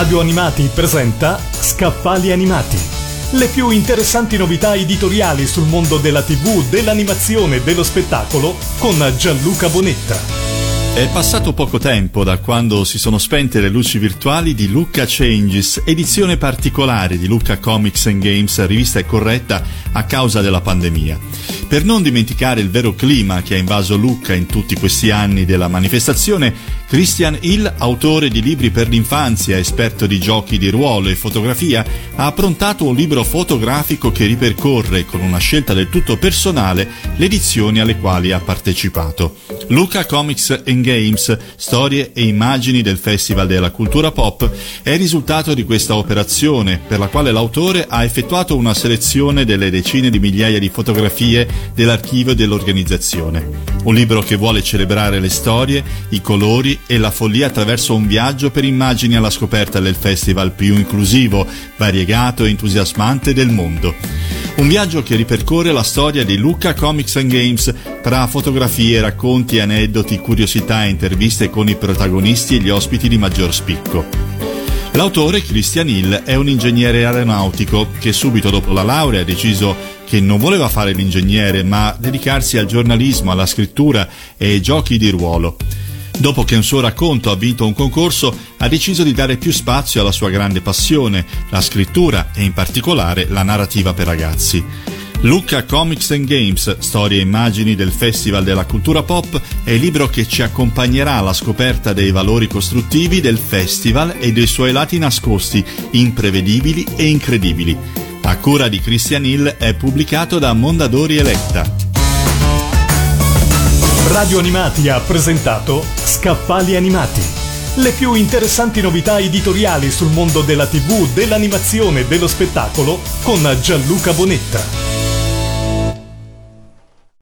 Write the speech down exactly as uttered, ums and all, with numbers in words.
Radio Animati presenta Scaffali Animati. Le più interessanti novità editoriali sul mondo della tivù, dell'animazione e dello spettacolo con Gianluca Bonetta. È passato poco tempo da quando si sono spente le luci virtuali di Lucca Changes, edizione particolare di Lucca Comics and Games, rivista e corretta a causa della pandemia. Per non dimenticare il vero clima che ha invaso Lucca in tutti questi anni della manifestazione, Christian Hill, autore di libri per l'infanzia, esperto di giochi di ruolo e fotografia, ha approntato un libro fotografico che ripercorre, con una scelta del tutto personale, le edizioni alle quali ha partecipato. Lucca Comics and Games, storie e immagini del Festival della Cultura Pop, è il risultato di questa operazione, per la quale l'autore ha effettuato una selezione delle decine di migliaia di fotografie dell'archivio dell'organizzazione. Un libro che vuole celebrare le storie, i colori e la follia attraverso un viaggio per immagini alla scoperta del festival più inclusivo, variegato e entusiasmante del mondo. Un viaggio che ripercorre la storia di Lucca Comics and Games tra fotografie, racconti, aneddoti, curiosità e interviste con i protagonisti e gli ospiti di maggior spicco. L'autore, Christian Hill, è un ingegnere aeronautico che subito dopo la laurea ha deciso che non voleva fare l'ingegnere ma dedicarsi al giornalismo, alla scrittura e ai giochi di ruolo. Dopo che un suo racconto ha vinto un concorso, ha deciso di dare più spazio alla sua grande passione, la scrittura e in particolare la narrativa per ragazzi. Lucca Comics and Games, storie e immagini del Festival della Cultura Pop, è il libro che ci accompagnerà alla scoperta dei valori costruttivi del festival e dei suoi lati nascosti, imprevedibili e incredibili. A cura di Christian Hill è pubblicato da Mondadori Eletta. Radio Animati ha presentato Scaffali Animati. Le più interessanti novità editoriali sul mondo della tivù, dell'animazione e dello spettacolo con Gianluca Bonetta.